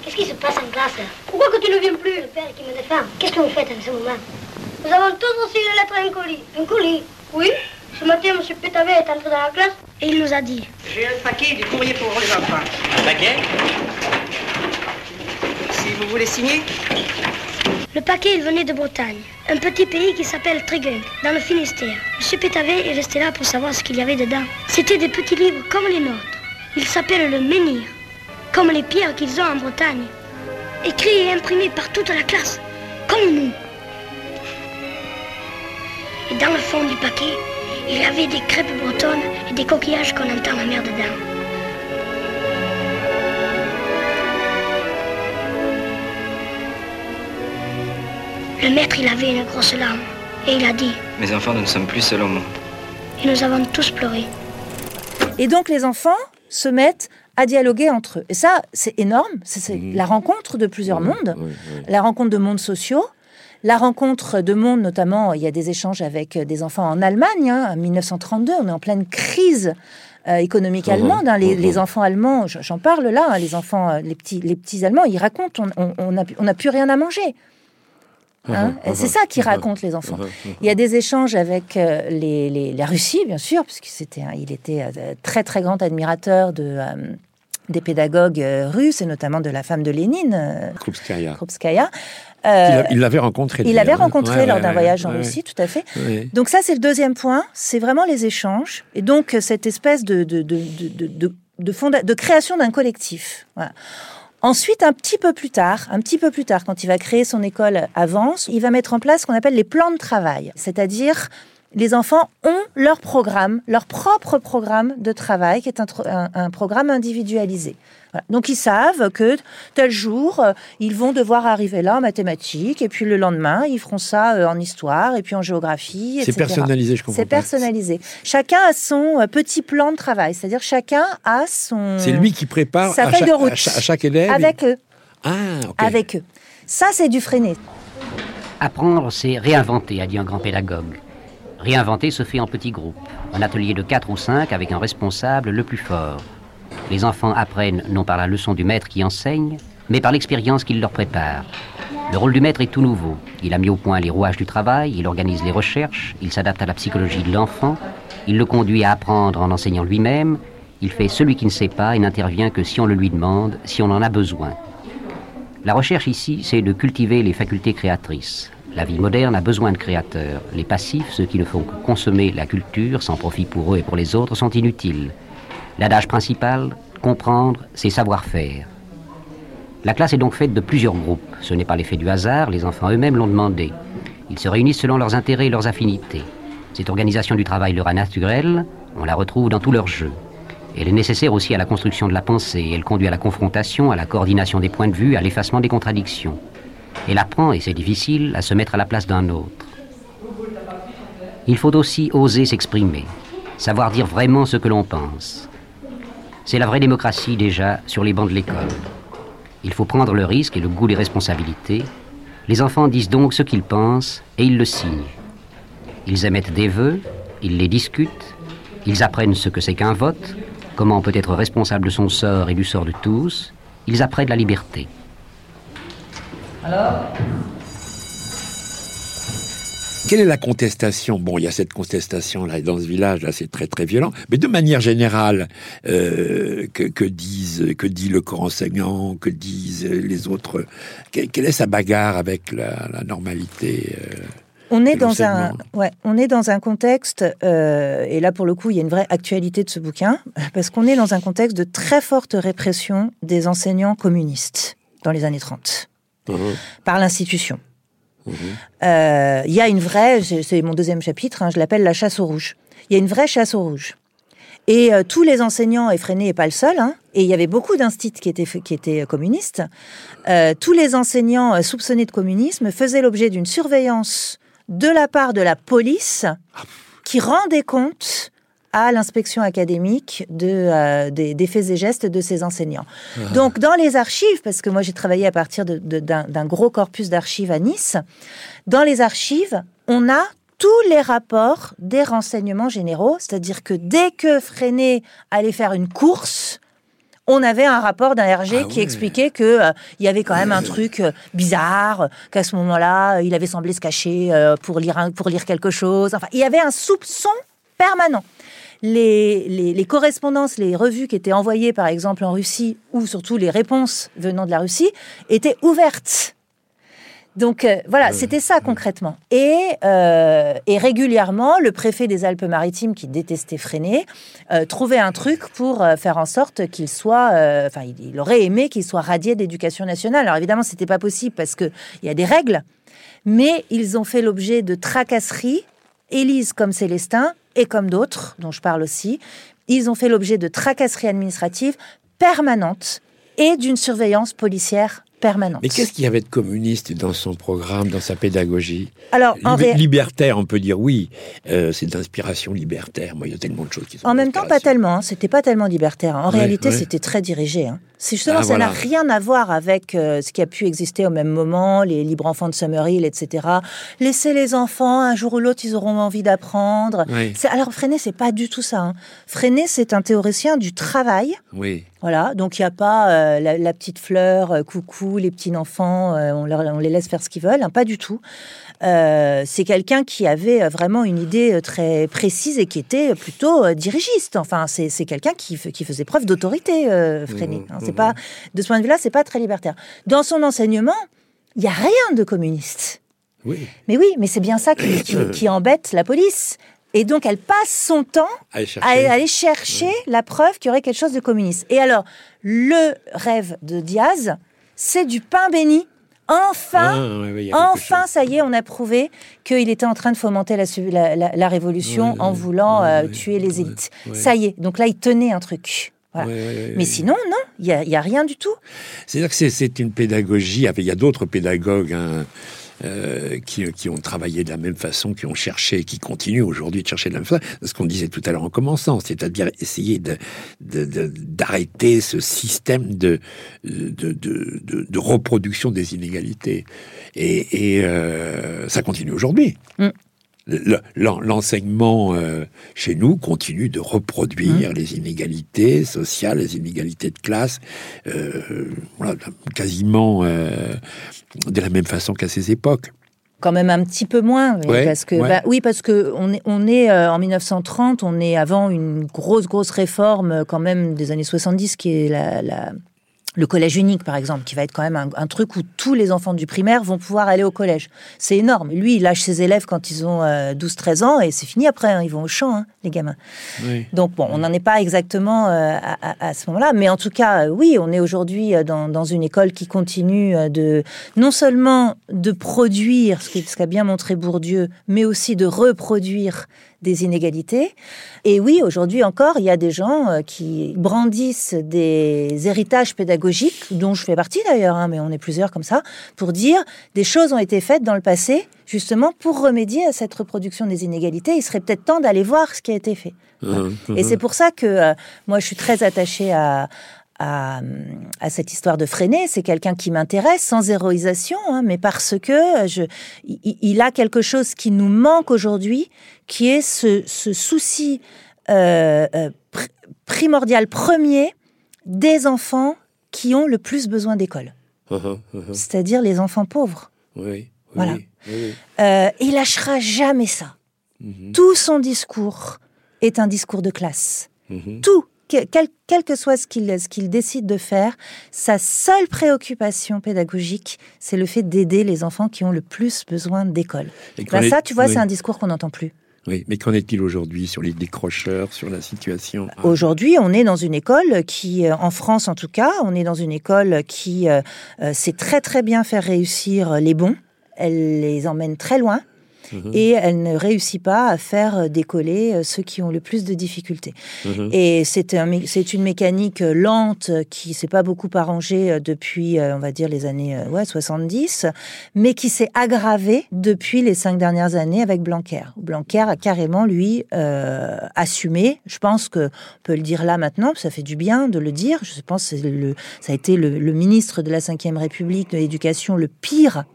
Qu'est-ce qui se passe en classe? Pourquoi que tu ne viens plus? Le père qui me défend. Qu'est-ce que vous faites en ce moment? Nous avons tous reçu une lettre et un colis. Un colis? Oui. Ce matin, M. Pétavé est entré dans la classe et il nous a dit... J'ai un paquet du courrier pour les enfants. Un paquet? Si vous voulez signer? Le paquet, il venait de Bretagne, un petit pays qui s'appelle Tréguin, dans le Finistère. M. Pétavé est resté là pour savoir ce qu'il y avait dedans. C'était des petits livres comme les nôtres. Ils s'appellent le menhir, comme les pierres qu'ils ont en Bretagne. Écrits et imprimés par toute la classe, comme nous. Et dans le fond du paquet, il y avait des crêpes bretonnes et des coquillages qu'on entend la mer dedans. Le maître, il avait une grosse larme et il a dit... Mes enfants, nous ne sommes plus seuls au monde. Et nous avons tous pleuré. Et donc les enfants se mettent à dialoguer entre eux. Et ça, c'est énorme. C'est, c'est mmh. la rencontre de plusieurs mmh. mondes, mmh. la rencontre de mondes sociaux, la rencontre de mondes, notamment, il y a des échanges avec des enfants en Allemagne, hein, en mille neuf cent trente-deux, on est en pleine crise euh, économique mmh. allemande. Hein, les, mmh. les enfants allemands, j'en parle là, hein, les enfants, les petits, les petits Allemands, ils racontent, on n'a on, on a plus rien à manger. Hein, uh-huh, c'est ça qu'ils racontent les enfants. Uh-huh, uh-huh. Il y a des échanges avec euh, les, les, la Russie, bien sûr, parce qu'il était euh, très très grand admirateur de, euh, des pédagogues euh, russes, et notamment de la femme de Lénine, euh, Krupskaya. Krupskaya. Euh, il l'avait rencontré. Il l'avait rencontré ouais, lors ouais, d'un ouais, voyage en ouais, Russie, tout à fait. Ouais. Donc ça, c'est le deuxième point, c'est vraiment les échanges, et donc cette espèce de, de, de, de, de, de, fonda- de création d'un collectif. Voilà. Ensuite, un petit peu plus tard, un petit peu plus tard, quand il va créer son école à Vence, il va mettre en place ce qu'on appelle les plans de travail. C'est-à-dire, les enfants ont leur programme, leur propre programme de travail, qui est un, un, un programme individualisé. Voilà. Donc, ils savent que tel jour, euh, ils vont devoir arriver là en mathématiques, et puis le lendemain, ils feront ça euh, en histoire, et puis en géographie, et cetera. C'est personnalisé, je comprends. C'est personnalisé. Chacun a son euh, petit plan de travail, c'est-à-dire chacun a son... C'est lui qui prépare sa à feuille chaque, de route. À chaque, à chaque élève. Avec et... eux. Ah, ok. Avec eux. Ça, c'est du Freinet. Apprendre, c'est réinventer, a dit un grand pédagogue. Réinventer se fait en petits groupes, un atelier de quatre ou cinq avec un responsable le plus fort. Les enfants apprennent non par la leçon du maître qui enseigne, mais par l'expérience qu'il leur prépare. Le rôle du maître est tout nouveau. Il a mis au point les rouages du travail, il organise les recherches, il s'adapte à la psychologie de l'enfant, il le conduit à apprendre en enseignant lui-même, il fait celui qui ne sait pas et n'intervient que si on le lui demande, si on en a besoin. La recherche ici, c'est de cultiver les facultés créatrices. La vie moderne a besoin de créateurs. Les passifs, ceux qui ne font que consommer la culture, sans profit pour eux et pour les autres, sont inutiles. L'adage principal, comprendre, c'est savoir-faire. La classe est donc faite de plusieurs groupes. Ce n'est pas l'effet du hasard, les enfants eux-mêmes l'ont demandé. Ils se réunissent selon leurs intérêts et leurs affinités. Cette organisation du travail leur est naturelle, on la retrouve dans tous leurs jeux. Elle est nécessaire aussi à la construction de la pensée. Elle conduit à la confrontation, à la coordination des points de vue, à l'effacement des contradictions. Elle apprend, et c'est difficile, à se mettre à la place d'un autre. Il faut aussi oser s'exprimer, savoir dire vraiment ce que l'on pense. C'est la vraie démocratie déjà sur les bancs de l'école. Il faut prendre le risque et le goût des responsabilités. Les enfants disent donc ce qu'ils pensent et ils le signent. Ils émettent des vœux, ils les discutent, ils apprennent ce que c'est qu'un vote, comment on peut être responsable de son sort et du sort de tous, ils apprennent la liberté. Alors ? Quelle est la contestation? Bon, il y a cette contestation-là, dans ce village-là, c'est très très violent. Mais de manière générale, euh, que, que disent, que dit le corps enseignant, que disent les autres? Quelle, quelle est sa bagarre avec la, la normalité euh, on est, dans un, ouais, on est dans un contexte, euh, et là pour le coup il y a une vraie actualité de ce bouquin, parce qu'on est dans un contexte de très forte répression des enseignants communistes dans les années trente, mmh. par l'institution. Il mmh. euh, y a une vraie, c'est, c'est mon deuxième chapitre, hein, je l'appelle la chasse aux rouges. Il y a une vraie chasse aux rouges. Et euh, tous les enseignants, et Freinet n'est pas le seul, hein, et il y avait beaucoup d'instituts qui étaient, qui étaient communistes, euh, tous les enseignants euh, soupçonnés de communisme faisaient l'objet d'une surveillance de la part de la police qui rendait compte à l'inspection académique de, euh, des, des faits et gestes de ces enseignants. Ah. Donc, dans les archives, parce que moi j'ai travaillé à partir de, de, d'un, d'un gros corpus d'archives à Nice, dans les archives, on a tous les rapports des renseignements généraux, c'est-à-dire que dès que Freinet allait faire une course, on avait un rapport d'un R G Ah qui ouais. expliquait qu'il euh, y avait quand même un truc euh, bizarre, qu'à ce moment-là, euh, il avait semblé se cacher euh, pour, lire un- pour lire quelque chose. Enfin, il y avait un soupçon permanent. Les, les, les correspondances, les revues qui étaient envoyées, par exemple, en Russie, ou surtout les réponses venant de la Russie, étaient ouvertes. Donc euh, voilà, Ouais. c'était ça concrètement. Et, euh, et régulièrement, le préfet des Alpes-Maritimes, qui détestait Freinet, euh, trouvait un truc pour euh, faire en sorte qu'il soit... euh, Enfin, il, il aurait aimé qu'il soit radié d'éducation nationale. Alors évidemment, c'était pas possible parce qu'il y a des règles, mais ils ont fait l'objet de tracasseries. Élise comme Célestin, et comme d'autres, dont je parle aussi, ils ont fait l'objet de tracasseries administratives permanentes et d'une surveillance policière permanente. Mais qu'est-ce qu'il y avait de communiste dans son programme, dans sa pédagogie? Alors, en, Lib- ré... Libertaire, on peut dire oui, euh, c'est d'inspiration libertaire. Moi, il y a tellement de choses qui sont en même temps, pas d'inspiration. tellement. Hein. C'était pas tellement libertaire. En Ouais, réalité, ouais. c'était très dirigé. Hein. C'est justement, Ah, ça n'a voilà. rien à voir avec euh, ce qui a pu exister au même moment, les libres enfants de Summerhill, et cetera. Laissez les enfants, un jour ou l'autre, ils auront envie d'apprendre. Oui. C'est... Alors, Freinet, c'est pas du tout ça. Hein. Freinet, c'est un théoricien du travail. Oui. Voilà, donc il n'y a pas euh, la, la petite fleur, euh, coucou, les petits enfants, euh, on, leur, on les laisse faire ce qu'ils veulent, hein, pas du tout. Euh, c'est quelqu'un qui avait vraiment une idée très précise et qui était plutôt euh, dirigiste. Enfin, c'est, c'est quelqu'un qui, f- qui faisait preuve d'autorité, euh, Freinet. Mmh, Hein, c'est mmh. pas, de ce point de vue-là, c'est pas très libertaire. Dans son enseignement, il n'y a rien de communiste. Oui. Mais oui, mais c'est bien ça qui, qui, qui embête la police. Et donc, elle passe son temps Allez à chercher. aller chercher la preuve qu'il y aurait quelque chose de communiste. Et alors, le rêve de Diaz, c'est du pain béni. Enfin, Ah, ouais, ouais, il y a quelque enfin, chose. ça y est, on a prouvé qu'il était en train de fomenter la, su- la, la- la révolution Ouais, en ouais, voulant ouais, euh, ouais, tuer les ouais, élites. ouais. Ça y est, donc là, il tenait un truc. Voilà. Ouais, ouais, ouais, Mais ouais. sinon, non, il n'y a, il y a rien du tout. C'est-à-dire que c'est, c'est une pédagogie. Il y a d'autres pédagogues hein, euh, qui, qui ont travaillé de la même façon, qui ont cherché, qui continuent aujourd'hui de chercher de la même façon. Ce qu'on disait tout à l'heure en commençant, c'est-à-dire essayer de, de, de- d'arrêter ce système de, de, de, de, de reproduction des inégalités. Et, et euh, ça continue aujourd'hui. Mm. Le- l'en- l'enseignement euh, chez nous continue de reproduire Mmh. les inégalités sociales, les inégalités de classe, euh, voilà, quasiment euh, de la même façon qu'à ces époques. Quand même un petit peu moins, mais Ouais, parce que ouais. bah, oui, parce que on est, on est euh, en mille neuf cent trente, on est avant une grosse grosse réforme euh, quand même des années soixante-dix, qui est la, la- le collège unique, par exemple, qui va être quand même un, un truc où tous les enfants du primaire vont pouvoir aller au collège. C'est énorme. Lui, il lâche ses élèves quand ils ont euh, douze treize ans et c'est fini après. Hein, ils vont au champ, hein, les gamins. Oui. Donc bon, on n'en est pas exactement euh, à, à- à ce moment-là, mais en tout cas, euh, oui, on est aujourd'hui euh, dans, dans une école qui continue euh, de non seulement de produire ce qui- ce qu'a bien montré Bourdieu, mais aussi de reproduire des inégalités. Et oui, aujourd'hui encore, il y a des gens euh, qui brandissent des héritages pédagogiques, dont je fais partie d'ailleurs, hein, mais on est plusieurs comme ça, pour dire des choses ont été faites dans le passé, justement pour remédier à cette reproduction des inégalités. Il serait peut-être temps d'aller voir ce qui a été fait. Uhum, Et uhum. c'est pour ça que euh, moi, je suis très attachée à, à, à cette histoire de Freinet. C'est quelqu'un qui m'intéresse, sans héroïsation, hein, mais parce que je, il, il a quelque chose qui nous manque aujourd'hui, qui est ce, ce souci euh, euh, pr- primordial, premier, des enfants qui ont le plus besoin d'école. Uhum, uhum. C'est-à-dire les enfants pauvres. Oui, oui, Voilà. oui, oui. Euh, il lâchera jamais ça. Mhm, Tout son discours est un discours de classe. mhm. Tout, quel, quel- quel que soit ce qu'il, ce qu'il décide de faire, sa seule préoccupation pédagogique, c'est le fait d'aider les enfants qui ont le plus besoin d'école. Et qu'en Ben est- ça, tu vois, oui, c'est un discours qu'on n'entend plus. oui. Mais qu'en est-il aujourd'hui sur les décrocheurs, sur la situation ah. Aujourd'hui, on est dans une école qui, euh, en France en tout cas, on est dans une école qui euh, euh, sait très très bien faire réussir les bons. Elle les emmène très loin. Mhm, Et elle ne réussit pas à faire décoller euh, ceux qui ont le plus de difficultés. mhm. Et c'est, un mé- c'est une mécanique euh, lente euh, qui s'est pas beaucoup arrangée euh, depuis, euh, on va dire, les années euh, ouais, soixante-dix, mais qui s'est aggravée depuis les cinq dernières années avec Blanquer. Blanquer a carrément, lui, euh, assumé, je pense qu'on peut le dire là maintenant, ça fait du bien de le dire, je pense que c'est le, ça a été le, le ministre de la cinquième République de l'Éducation le pire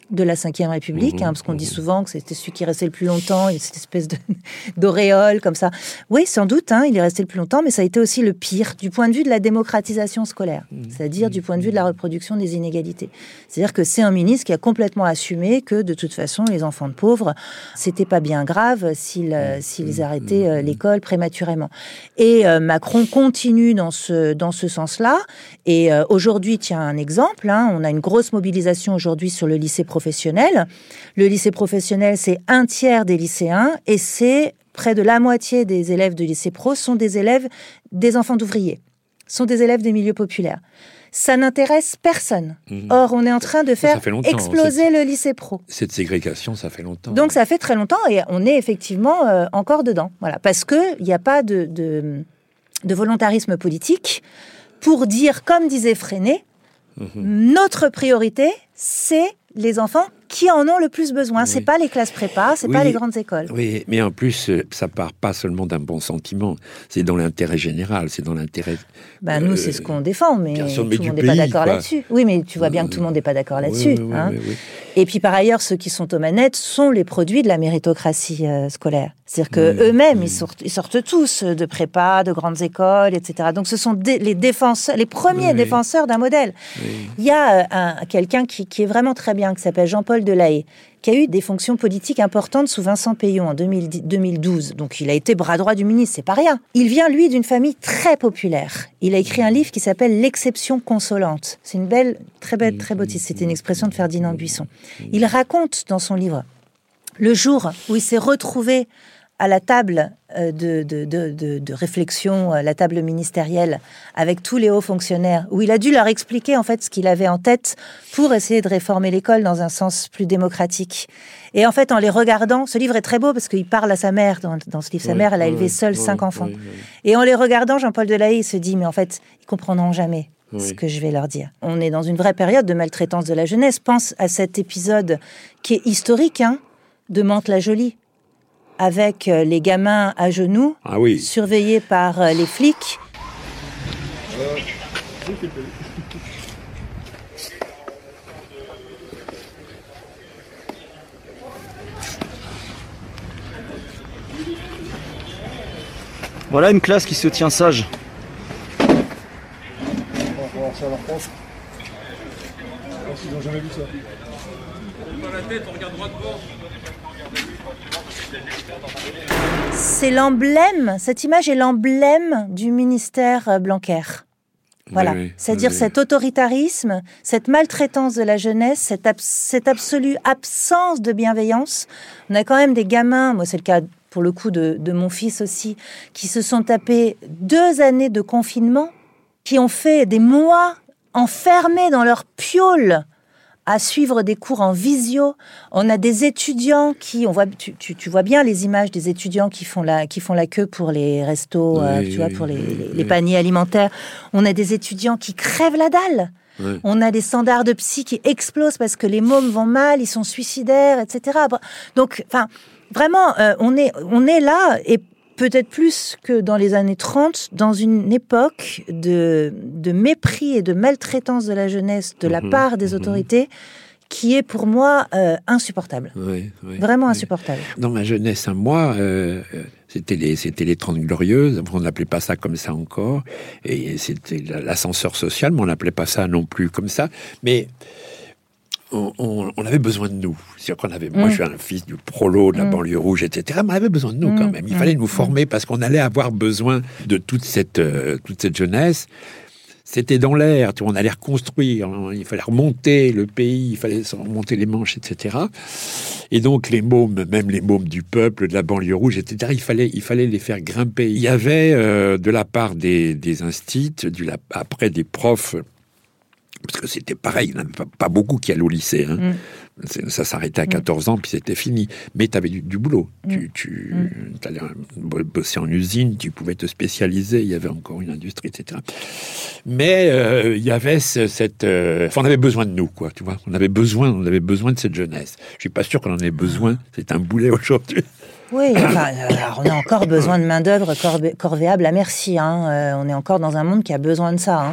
de la cinquième République, mmh, hein, parce qu'on mmh. dit souvent que c'était celui qui restait le plus longtemps, il y a cette espèce de, d'auréole comme ça. Oui, sans doute, hein, il est resté le plus longtemps, mais ça a été aussi le pire du point de vue de la démocratisation scolaire, mmh. c'est-à-dire mmh. du point de vue de la reproduction des inégalités. C'est-à-dire que c'est un ministre qui a complètement assumé que, de toute façon, les enfants de pauvres, c'était pas bien grave s'ils, mmh. s'ils arrêtaient euh, l'école prématurément. Et euh, Macron continue dans ce, dans ce sens-là, et euh, aujourd'hui, tiens, un exemple, hein, on a une grosse mobilisation aujourd'hui sur le lycée professionnel. professionnel. Le lycée professionnel, c'est un tiers des lycéens et c'est près de la moitié des élèves de lycée pro sont des élèves des enfants d'ouvriers, sont des élèves des milieux populaires. Ça n'intéresse personne. Mmh. Or, on est en train de faire exploser cette, le lycée pro. Cette ségrégation, ça fait longtemps. Donc, ça fait très longtemps et on est effectivement euh, encore dedans. Voilà, parce qu'il n'y a pas de, de, de volontarisme politique pour dire, comme disait Freinet, mmh. notre priorité, c'est les enfants qui en ont le plus besoin. Oui. C'est pas les classes prépa, c'est oui, pas les grandes écoles. Oui, mais en plus, ça part pas seulement d'un bon sentiment. C'est dans l'intérêt général, c'est dans l'intérêt... Ben, nous, euh, c'est ce qu'on défend, mais sûr, tout le monde n'est pas d'accord quoi. là-dessus. Oui, mais tu vois bien que tout le monde n'est pas d'accord là-dessus. Oui, oui, hein. oui, oui. Et puis, par ailleurs, ceux qui sont aux manettes sont les produits de la méritocratie euh, scolaire. C'est-à-dire qu'eux-mêmes, oui, ils, sortent, ils sortent tous de prépa, de grandes écoles, et cetera. Donc, ce sont dé- les défenseurs, les premiers oui. défenseurs d'un modèle. Oui. Il y a euh, un, quelqu'un qui, qui est vraiment très bien, qui s'appelle Jean-Paul Delahaye, qui a eu des fonctions politiques importantes sous Vincent Peillon en deux mille douze. Donc, il a été bras droit du ministre, c'est pas rien. Il vient, lui, d'une famille très populaire. Il a écrit un livre qui s'appelle « L'exception consolante ». C'est une belle, très belle, très beau titre. C'était une expression de Ferdinand Buisson. Il raconte dans son livre le jour où il s'est retrouvé à la table de, de, de, de, de réflexion, la table ministérielle, avec tous les hauts fonctionnaires, où il a dû leur expliquer en fait ce qu'il avait en tête pour essayer de réformer l'école dans un sens plus démocratique. Et en fait, en les regardant, ce livre est très beau parce qu'il parle à sa mère dans, dans ce livre. Sa oui, mère, elle a oui, élevé seule oui, cinq enfants. Oui, oui. Et en les regardant, Jean-Paul Delahaye se dit, mais en fait, ils comprendront jamais oui. ce que je vais leur dire. On est dans une vraie période de maltraitance de la jeunesse. Pense à cet épisode qui est historique, hein, de Mantes-la-Jolie, avec les gamins à genoux, ah oui. surveillés par les flics. Voilà une classe qui se tient sage. On va voir ça à leur prof. Ils n'ont jamais vu ça. On lève pas la tête, on regarde droit devant. C'est l'emblème, cette image est l'emblème du ministère Blanquer. Voilà, oui, oui, c'est-à-dire oui. cet autoritarisme, cette maltraitance de la jeunesse, cette, ab- cette absolue absence de bienveillance. On a quand même des gamins, moi c'est le cas pour le coup de, de mon fils aussi, qui se sont tapés deux années de confinement, qui ont fait des mois enfermés dans leur piole à suivre des cours en visio. On a des étudiants qui, on voit, tu, tu, tu vois bien les images des étudiants qui font la, qui font la queue pour les restos, oui, euh, tu oui, vois, pour les, oui, les, les paniers alimentaires. On a des étudiants qui crèvent la dalle. Oui. On a des standards de psy qui explosent parce que les mômes vont mal, ils sont suicidaires, et cetera. Donc, enfin, vraiment, euh, on est, on est là et peut-être plus que dans les années trente, dans une époque de, de mépris et de maltraitance de la jeunesse de la mmh, part des autorités mmh. qui est pour moi euh, insupportable. Oui, oui, Vraiment oui. insupportable. Dans ma jeunesse à moi, euh, c'était les, c'était les Trente Glorieuses, on n'appelait pas ça comme ça encore, et c'était l'ascenseur social, mais on n'appelait pas ça non plus comme ça. Mais On, on, on avait besoin de nous. C'est-à-dire qu'on avait, mmh. moi, je suis un fils du prolo, de la mmh. banlieue rouge, et cetera. Mais on avait besoin de nous mmh. quand même. Il mmh. fallait nous former parce qu'on allait avoir besoin de toute cette, euh, toute cette jeunesse. C'était dans l'air, tu vois, on allait reconstruire. Il fallait remonter le pays, il fallait remonter les manches, et cetera. Et donc, les mômes, même les mômes du peuple, de la banlieue rouge, et cetera, il fallait, il fallait les faire grimper. Il y avait, euh, de la part des, des instits, du, la, après des profs, parce que c'était pareil, il n'y en avait pas, pas beaucoup qui allaient au lycée. Hein. Mm. Ça s'arrêtait à quatorze ans, puis c'était fini. Mais tu avais du, du boulot. Mm. Tu, tu mm. allais bosser en usine, tu pouvais te spécialiser, il y avait encore une industrie, et cetera. Mais euh, il y avait ce, cette... Euh, enfin, on avait besoin de nous, quoi, tu vois. On avait besoin, on avait besoin de cette jeunesse. Je ne suis pas sûr qu'on en ait besoin. C'est un boulet aujourd'hui. Oui, enfin, alors on a encore besoin de main-d'œuvre corvé- corvéable à merci. Hein. Euh, on est encore dans un monde qui a besoin de ça. Hein.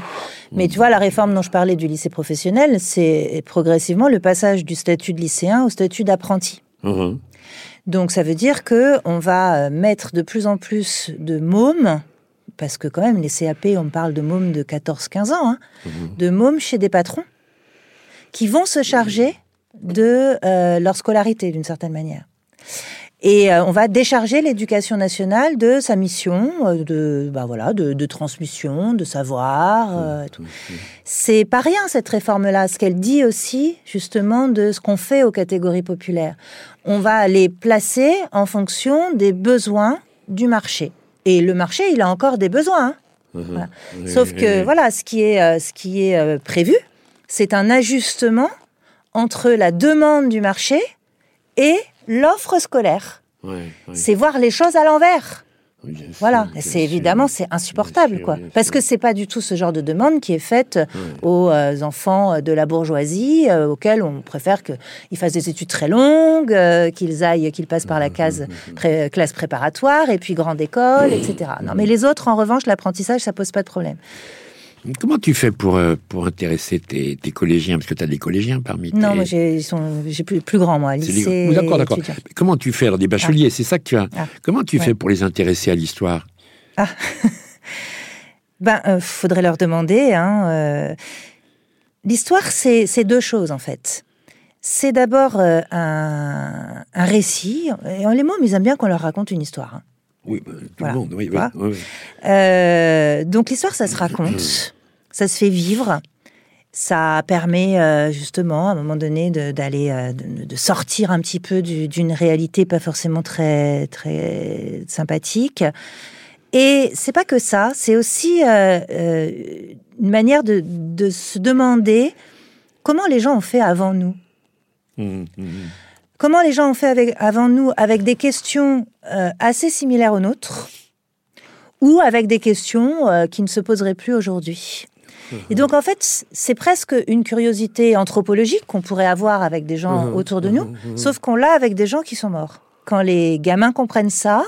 Mais tu vois, la réforme dont je parlais du lycée professionnel, c'est progressivement le passage du statut de lycéen au statut d'apprenti. Mmh. Donc ça veut dire qu'on va mettre de plus en plus de mômes, parce que quand même les C A P, on parle de mômes de quatorze quinze ans, hein, mmh. de mômes chez des patrons, qui vont se charger de euh, leur scolarité d'une certaine manière. Et euh, on va décharger l'éducation nationale de sa mission euh, de, bah voilà, de, de transmission, de savoir. Euh, tout. C'est pas rien cette réforme-là, ce qu'elle dit aussi justement de ce qu'on fait aux catégories populaires. On va les placer en fonction des besoins du marché. Et le marché, il a encore des besoins. Hein. Mmh. Voilà. Oui, Sauf oui, que oui. voilà, ce qui est, euh, ce qui est euh, prévu, c'est un ajustement entre la demande du marché et l'offre scolaire. Ouais, ouais. C'est voir les choses à l'envers. Oui, voilà, sûr, c'est évidemment sûr. C'est insupportable, sûr, quoi. Parce sûr. Que c'est pas du tout ce genre de demande qui est faite ouais. aux euh, enfants de la bourgeoisie, euh, auxquels on préfère qu'ils fassent des études très longues, euh, qu'ils aillent, qu'ils passent par la case pré- classe préparatoire et puis grande école, et cetera. Non, mais les autres, en revanche, l'apprentissage, ça pose pas de problème. Comment tu fais pour, euh, pour intéresser tes, tes collégiens? Parce que tu as des collégiens parmi tes... Non, moi j'ai, ils sont, j'ai plus, plus grand, moi, lycée. D'accord, d'accord. Mais comment tu fais? Alors, des bacheliers, ah. c'est ça que tu as. Ah. Comment tu ouais. fais pour les intéresser à l'histoire? Ah, ben, euh, faudrait leur demander. Hein, euh... L'histoire, c'est, c'est deux choses, en fait. C'est d'abord euh, un, un récit. Et les mômes, ils aiment bien qu'on leur raconte une histoire. Hein. Oui, bah, tout voilà. le monde, oui. oui, oui, oui. Euh, donc l'histoire, ça se raconte, ça se fait vivre, ça permet euh, justement, à un moment donné, de, d'aller, euh, de, de sortir un petit peu du, d'une réalité pas forcément très, très sympathique. Et c'est pas que ça, c'est aussi euh, euh, une manière de, de se demander comment les gens ont fait avant nous. Mmh, mmh. Comment les gens ont fait avec, avant nous, avec des questions euh, assez similaires aux nôtres, ou avec des questions euh, qui ne se poseraient plus aujourd'hui. Mmh. Et donc, en fait, c'est presque une curiosité anthropologique qu'on pourrait avoir avec des gens mmh. autour de nous, mmh. sauf qu'on l'a avec des gens qui sont morts. Quand les gamins comprennent ça,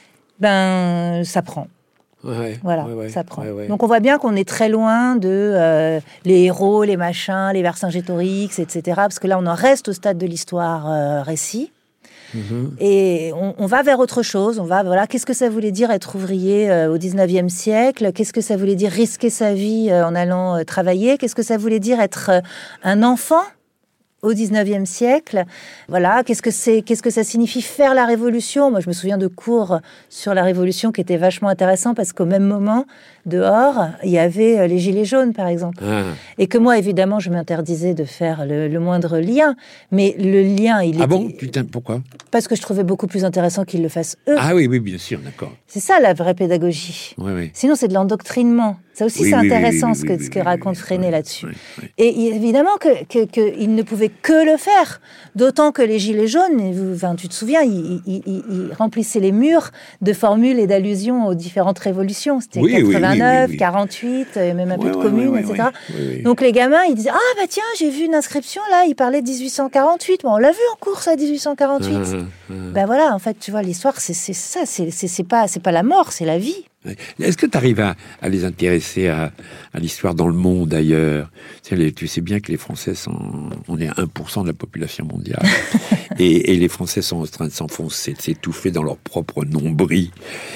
ben, ça prend. Ouais, voilà, ouais, ouais, ça prend. Ouais, ouais. Donc on voit bien qu'on est très loin de euh, les héros, les machins, les Vercingétorix, et cetera. Parce que là, on en reste au stade de l'histoire euh, récit. Mm-hmm. Et on, on va vers autre chose. On va, voilà, qu'est-ce que ça voulait dire être ouvrier euh, au dix-neuvième siècle? Qu'est-ce que ça voulait dire risquer sa vie euh, en allant euh, travailler? Qu'est-ce que ça voulait dire être euh, un enfant au dix-neuvième siècle? Voilà, qu'est-ce que c'est, qu'est-ce que ça signifie faire la Révolution? Moi, je me souviens de cours sur la Révolution qui étaient vachement intéressants parce qu'au même moment, dehors, il y avait les Gilets jaunes, par exemple. Ah. Et que moi, évidemment, je m'interdisais de faire le, le moindre lien. Mais le lien, il est... Ah bon? Putain, pourquoi? Parce que je trouvais beaucoup plus intéressant qu'ils le fassent eux. Ah oui, oui, bien sûr, d'accord. C'est ça, la vraie pédagogie. Oui, oui. Sinon, c'est de l'endoctrinement. Ça aussi, oui, c'est oui, intéressant, oui, oui, ce que, oui, ce que oui, raconte oui, Freinet oui, là-dessus. Oui, oui. Et évidemment que, que, que il ne pouvait que le faire. D'autant que les Gilets jaunes, vous, enfin, tu te souviens, ils, ils, ils, ils remplissaient les murs de formules et d'allusions aux différentes révolutions. C'était oui, quatre-vingt-neuf, oui, oui, oui. quarante-huit, même un ouais, peu de ouais, communes, ouais, et cetera. Oui, oui, oui. Donc les gamins, ils disaient « Ah bah tiens, j'ai vu une inscription là, il parlait de dix-huit cent quarante-huit. Bon, on l'a vu en cours, ça, dix-huit cent quarante-huit. Ah, » ah. Ben voilà, en fait, tu vois, l'histoire, c'est, c'est ça. C'est, c'est, c'est, pas, c'est pas la mort, c'est la vie. Est-ce que tu arrives à, à les intéresser à, à l'histoire dans le monde ailleurs? Tu sais bien que les Français sont, on est un pour cent de la population mondiale. et, et les Français sont en train de s'enfoncer, de s'étouffer dans leur propre nombril.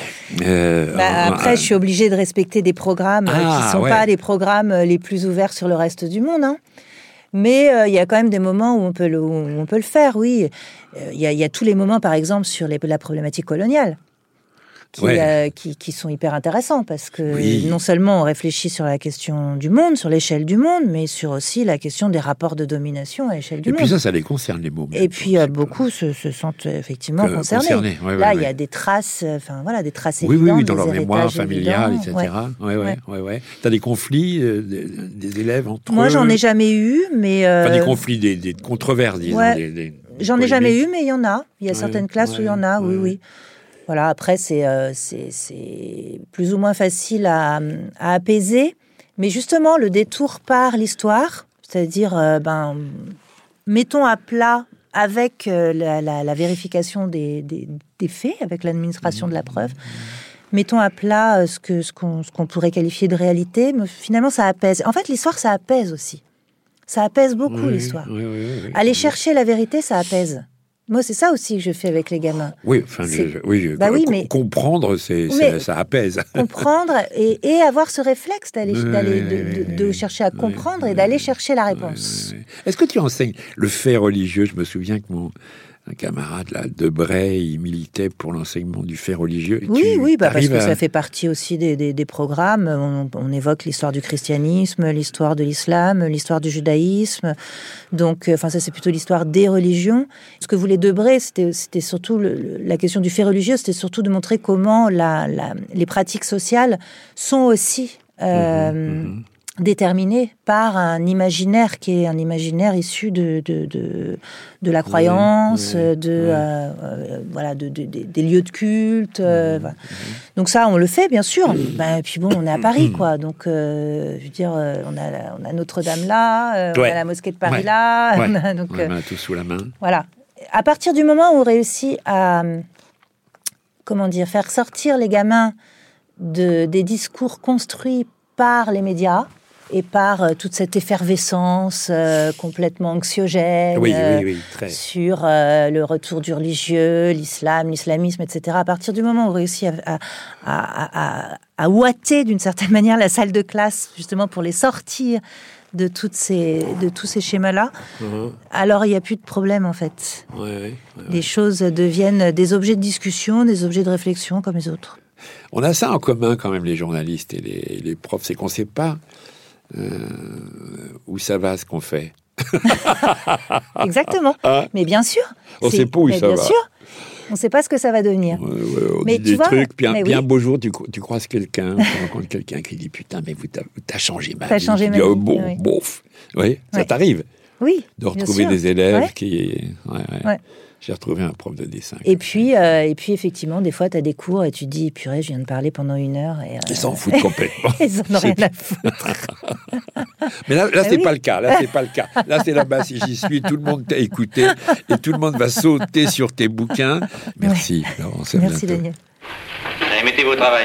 Euh, bah, après, euh, je suis obligée de respecter des programmes ah, qui ne sont ouais. pas les programmes les plus ouverts sur le reste du monde. Hein. Mais il euh, y a quand même des moments où on peut le, où on peut le faire, oui. Il euh, y, y a tous les moments, par exemple, sur les, la problématique coloniale. Qui, ouais. euh, qui, qui sont hyper intéressants parce que oui. non seulement on réfléchit sur la question du monde, sur l'échelle du monde, mais sur aussi la question des rapports de domination à l'échelle du et monde. Et puis ça, ça les concerne, les mots. Et puis euh, beaucoup se, se sentent effectivement que, concernés. concernés. Ouais, Là, il ouais, y a ouais. des traces, enfin voilà, des traces oui, évidentes. Oui, oui, dans leur mémoire familiale, évidents. et cetera. Ouais. Ouais, ouais, ouais, ouais. T'as des conflits euh, des, des élèves entre Moi, eux. j'en ai jamais eu, mais euh... enfin des conflits, des, des controverses, disons. Ouais. Des, des j'en ai jamais eu, mais il y en a. Il y a certaines classes où il y en a. Oui, oui. Voilà, après, c'est, euh, c'est, c'est plus ou moins facile à, à apaiser. Mais justement, le détour par l'histoire, c'est-à-dire, euh, ben, mettons à plat avec euh, la, la, la vérification des, des, des faits, avec l'administration de la preuve, mettons à plat ce, que, ce, qu'on, ce qu'on pourrait qualifier de réalité, mais finalement ça apaise. En fait, l'histoire, ça apaise aussi. Ça apaise beaucoup, oui, l'histoire. Oui, oui, oui, oui. Aller chercher la vérité, ça apaise. Moi, c'est ça aussi que je fais avec les gamins. Oui, enfin, je, oui, bah oui, mais comprendre, c'est, c'est, ça apaise. Comprendre et, et avoir ce réflexe d'aller, oui, d'aller de, de, de chercher à comprendre oui, et d'aller chercher la réponse. Oui, oui. Est-ce que tu enseignes le fait religieux? Je me souviens que mon un camarade là, Debray, il militait pour l'enseignement du fait religieux. Oui, tu, oui, bah parce que à... ça fait partie aussi des, des, des programmes. On, on évoque l'histoire du christianisme, l'histoire de l'islam, l'histoire du judaïsme. Donc, enfin, ça c'est plutôt l'histoire des religions. Ce que voulait Debray, c'était, c'était surtout le, la question du fait religieux, c'était surtout de montrer comment la, la, les pratiques sociales sont aussi euh, mmh, mmh. déterminé par un imaginaire qui est un imaginaire issu de de de, de la croyance, oui, oui, de oui. Euh, euh, voilà, de, de, de des lieux de culte. Euh, oui, voilà. oui. Donc ça, on le fait bien sûr. Ben, et puis bon, on est à Paris, quoi. Donc, euh, je veux dire, on a on a Notre-Dame là, euh, ouais. on a la mosquée de Paris ouais. là. Ouais. On a, donc, on a euh, tout sous la main. Voilà. À partir du moment où on réussit à comment dire, faire sortir les gamins de des discours construits par les médias et par euh, toute cette effervescence euh, complètement anxiogène oui, oui, oui, très. Euh, sur euh, le retour du religieux, l'islam, l'islamisme, et cetera. À partir du moment où on réussit à, à, à, à, à ouater d'une certaine manière la salle de classe, justement pour les sortir de, toutes ces, de tous ces schémas-là, uh-huh. alors il n'y a plus de problème en fait. Ouais, ouais, ouais, les ouais. choses deviennent des objets de discussion, des objets de réflexion comme les autres. On a ça en commun quand même, les journalistes et les, les profs, c'est qu'on ne sait pas Euh, où ça va ce qu'on fait. Exactement. Hein? Mais bien sûr. On ne sait pas où mais ça bien va. sûr. On ne sait pas ce que ça va devenir. Ouais, ouais, on mais dit tu des vois, trucs, puis un, mais puis oui. un beau jour, tu, tu croises quelqu'un, tu rencontres quelqu'un qui dit putain, mais vous t'as, t'as changé ma t'as vie. changé tu ma dis, vie. oh, bon, oui. bof. Oui, ça ouais. t'arrive. Oui. De retrouver des élèves ouais. qui. Ouais, ouais. Ouais. J'ai retrouvé un prof de dessin. Et puis, euh, et puis, effectivement, des fois, tu as des cours et tu te dis, purée, je viens de parler pendant une heure. Et, euh... Ils s'en foutent complètement. Ils en ont rien à foutre. Mais là, là c'est oui. pas le cas. Là, c'est pas le cas. Là, c'est là-bas, si j'y suis, tout le monde t'a écouté et tout le monde va sauter sur tes bouquins. Merci. Ouais. Laurence, Merci, bientôt. Daniel. Allez, mettez-vous au travail.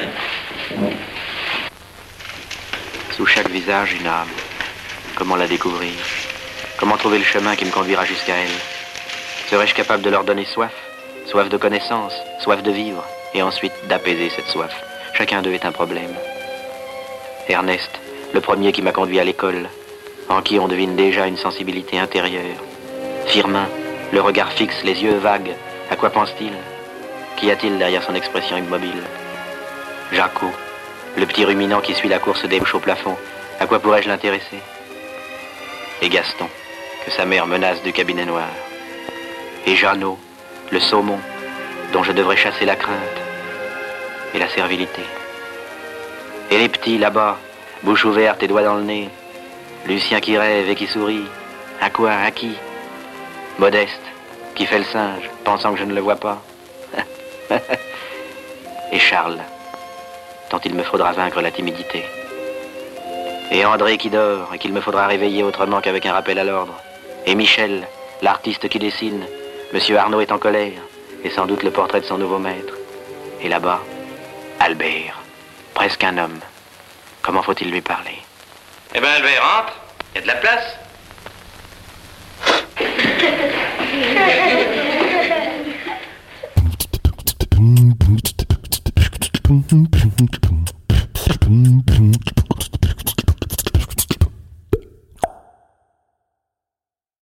Sous chaque visage, une âme. Comment la découvrir? Comment trouver le chemin qui me conduira jusqu'à elle? Serais-je capable de leur donner soif? Soif de connaissance, soif de vivre, et ensuite d'apaiser cette soif. Chacun d'eux est un problème. Ernest, le premier qui m'a conduit à l'école, en qui on devine déjà une sensibilité intérieure. Firmin, le regard fixe, les yeux vagues, à quoi pense-t-il? Qu'y a-t-il derrière son expression immobile? Jaco, le petit ruminant qui suit la course des mouches au plafond, à quoi pourrais-je l'intéresser? Et Gaston, que sa mère menace du cabinet noir. Et Jeannot, le saumon, dont je devrais chasser la crainte et la servilité. Et les petits là-bas, bouche ouverte et doigts dans le nez. Lucien qui rêve et qui sourit. À quoi? À qui? Modeste, qui fait le singe, pensant que je ne le vois pas. Et Charles, dont il me faudra vaincre la timidité. Et André qui dort et qu'il me faudra réveiller autrement qu'avec un rappel à l'ordre. Et Michel, l'artiste qui dessine. Monsieur Arnaud est en colère, et sans doute le portrait de son nouveau maître. Et là-bas, Albert, presque un homme. Comment faut-il lui parler? Eh ben Albert, rentre, il y a de la place.